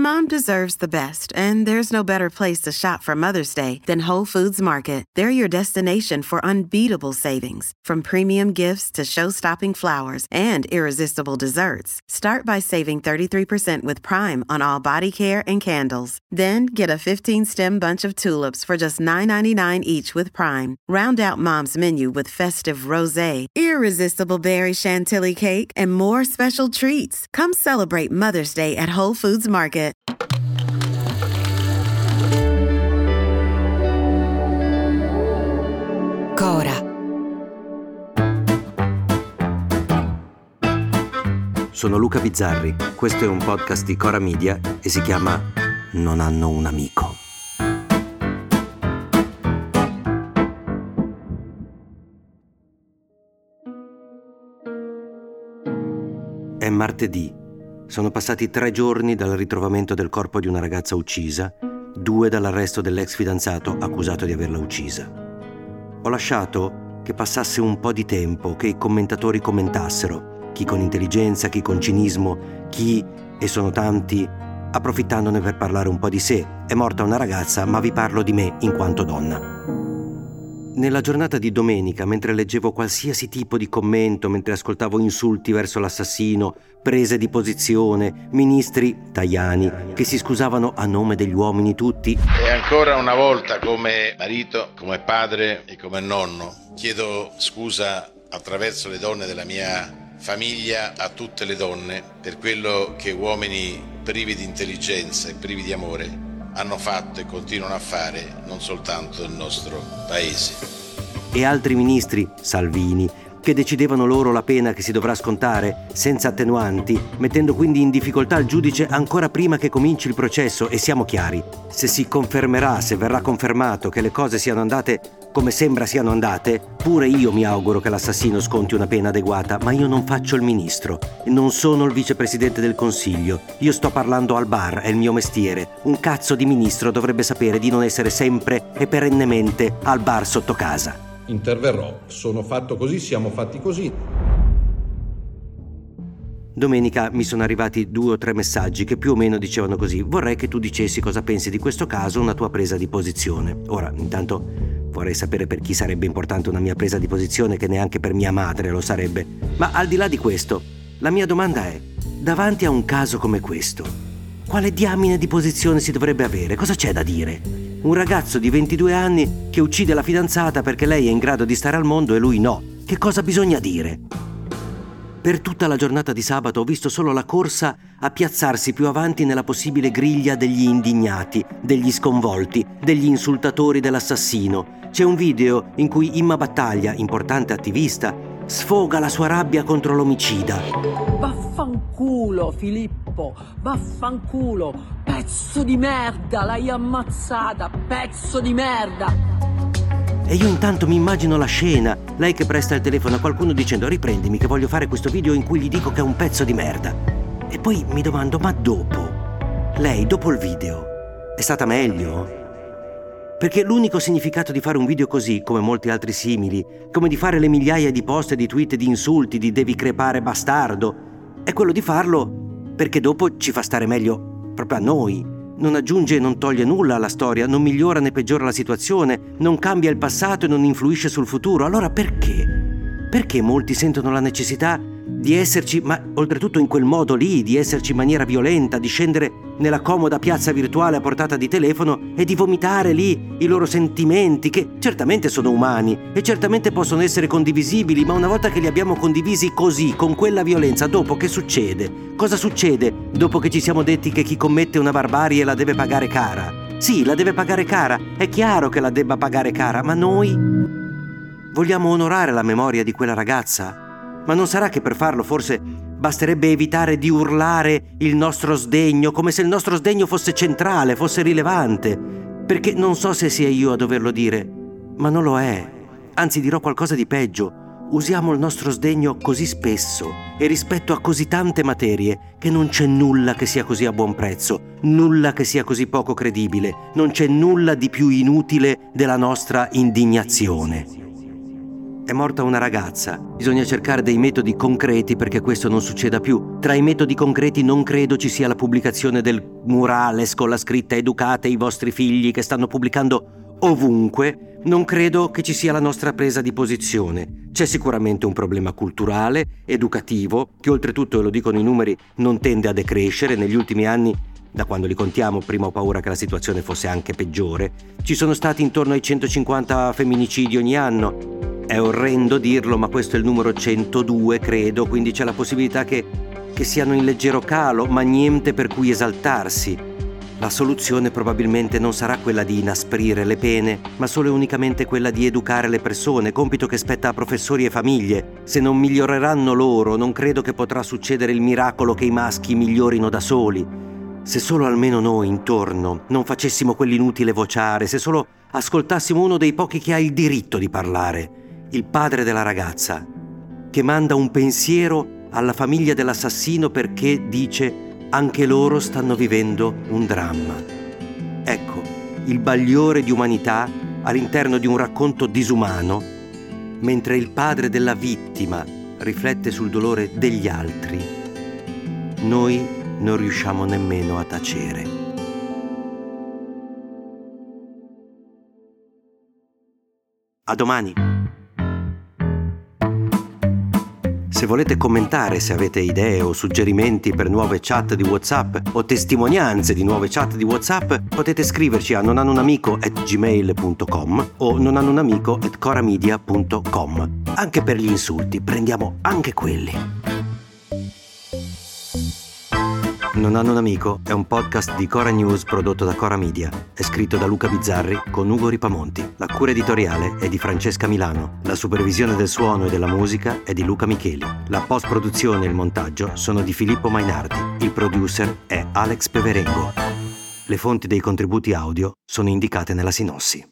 Mom deserves the best, and there's no better place to shop for Mother's Day than Whole Foods Market. They're your destination for unbeatable savings, from premium gifts to show-stopping flowers and irresistible desserts. Start by saving 33% with Prime on all body care and candles. Then get a 15-stem bunch of tulips for just $9.99 each with Prime. Round out Mom's menu with festive rosé, irresistible berry chantilly cake, and more special treats. Come celebrate Mother's Day at Whole Foods Market. Cora. Sono Luca Bizzarri, questo è un podcast di Cora Media e si chiama Non hanno un amico. È martedì. Sono passati 3 giorni dal ritrovamento del corpo di una ragazza uccisa, 2 dall'arresto dell'ex fidanzato accusato di averla uccisa. Ho lasciato che passasse un po' di tempo, che i commentatori commentassero, chi con intelligenza, chi con cinismo, chi, e sono tanti, approfittandone per parlare un po' di sé. È morta una ragazza, ma vi parlo di me in quanto donna. Nella giornata di domenica, mentre leggevo qualsiasi tipo di commento, mentre ascoltavo insulti verso l'assassino, prese di posizione, ministri Tajani che si scusavano a nome degli uomini tutti. E ancora una volta, come marito, come padre e come nonno, chiedo scusa attraverso le donne della mia famiglia a tutte le donne per quello che uomini privi di intelligenza e privi di amore hanno fatto e continuano a fare non soltanto nel nostro paese. E altri ministri, Salvini, che decidevano loro la pena che si dovrà scontare senza attenuanti, mettendo quindi in difficoltà il giudice ancora prima che cominci il processo. E siamo chiari, se si confermerà, se verrà confermato che le cose siano andate come sembra siano andate, pure io mi auguro che l'assassino sconti una pena adeguata, ma io non faccio il ministro e non sono il vicepresidente del Consiglio. Io sto parlando al bar, è il mio mestiere. Un cazzo di ministro dovrebbe sapere di non essere sempre e perennemente al bar sotto casa. Interverrò, sono fatto così, siamo fatti così. Domenica mi sono arrivati 2 o 3 messaggi che più o meno dicevano così: vorrei che tu dicessi cosa pensi di questo caso, una tua presa di posizione. Ora, intanto vorrei sapere per chi sarebbe importante una mia presa di posizione, che neanche per mia madre lo sarebbe. Ma al di là di questo, la mia domanda è: davanti a un caso come questo, quale diamine di posizione si dovrebbe avere? Cosa c'è da dire? Un ragazzo di 22 anni che uccide la fidanzata perché lei è in grado di stare al mondo e lui no. Che cosa bisogna dire? Per tutta la giornata di sabato ho visto solo la corsa a piazzarsi più avanti nella possibile griglia degli indignati, degli sconvolti, degli insultatori dell'assassino. C'è un video in cui Imma Battaglia, importante attivista, sfoga la sua rabbia contro l'omicida. Vaffanculo, Filippo, vaffanculo, pezzo di merda, l'hai ammazzata, pezzo di merda. E io intanto mi immagino la scena, lei che presta il telefono a qualcuno dicendo: riprendimi che voglio fare questo video in cui gli dico che è un pezzo di merda. E poi mi domando: ma dopo? Lei, dopo il video, è stata meglio? Perché l'unico significato di fare un video così, come molti altri simili, come di fare le migliaia di post, di tweet, di insulti, di devi crepare bastardo, è quello di farlo perché dopo ci fa stare meglio proprio a noi. Non aggiunge e non toglie nulla alla storia, non migliora né peggiora la situazione, non cambia il passato e non influisce sul futuro. Allora perché? Perché molti sentono la necessità di esserci, ma oltretutto in quel modo lì, di esserci in maniera violenta, di scendere nella comoda piazza virtuale a portata di telefono e di vomitare lì i loro sentimenti, che certamente sono umani e certamente possono essere condivisibili, ma una volta che li abbiamo condivisi così, con quella violenza, dopo che succede? Cosa succede dopo che ci siamo detti che chi commette una barbarie la deve pagare cara? Sì, la deve pagare cara, è chiaro che la debba pagare cara, ma noi vogliamo onorare la memoria di quella ragazza? Ma non sarà che per farlo forse basterebbe evitare di urlare il nostro sdegno, come se il nostro sdegno fosse centrale, fosse rilevante? Perché non so se sia io a doverlo dire, ma non lo è. Anzi, dirò qualcosa di peggio. Usiamo il nostro sdegno così spesso e rispetto a così tante materie che non c'è nulla che sia così a buon prezzo, nulla che sia così poco credibile, non c'è nulla di più inutile della nostra indignazione. è morta una ragazza. Bisogna cercare dei metodi concreti perché questo non succeda più. Tra i metodi concreti non credo ci sia la pubblicazione del murales con la scritta "Educate i vostri figli", che stanno pubblicando ovunque. Non credo che ci sia la nostra presa di posizione. C'è sicuramente un problema culturale, educativo, che oltretutto, e lo dicono i numeri, non tende a decrescere. Negli ultimi anni, da quando li contiamo, prima ho paura che la situazione fosse anche peggiore. Ci sono stati intorno ai 150 femminicidi ogni anno. È orrendo dirlo, ma questo è il numero 102, credo, quindi c'è la possibilità che siano in leggero calo, ma niente per cui esaltarsi. La soluzione probabilmente non sarà quella di inasprire le pene, ma solo e unicamente quella di educare le persone, compito che spetta a professori e famiglie. Se non miglioreranno loro, non credo che potrà succedere il miracolo che i maschi migliorino da soli. Se solo almeno noi intorno non facessimo quell'inutile vociare, se solo ascoltassimo uno dei pochi che ha il diritto di parlare, il padre della ragazza, che manda un pensiero alla famiglia dell'assassino perché dice: anche loro stanno vivendo un dramma. Ecco, il bagliore di umanità all'interno di un racconto disumano, mentre il padre della vittima riflette sul dolore degli altri, noi non riusciamo nemmeno a tacere. A domani! Se volete commentare, se avete idee o suggerimenti per nuove chat di WhatsApp o testimonianze di nuove chat di WhatsApp, potete scriverci a nonhanunamico@gmail.com o nonhanunamico@coramedia.com. Anche per gli insulti, prendiamo anche quelli. Non hanno un amico è un podcast di Cora News prodotto da Cora Media. È scritto da Luca Bizzarri con Ugo Ripamonti. La cura editoriale è di Francesca Milano. La supervisione del suono e della musica è di Luca Micheli. La post-produzione e il montaggio sono di Filippo Mainardi. Il producer è Alex Peverengo. Le fonti dei contributi audio sono indicate nella sinossi.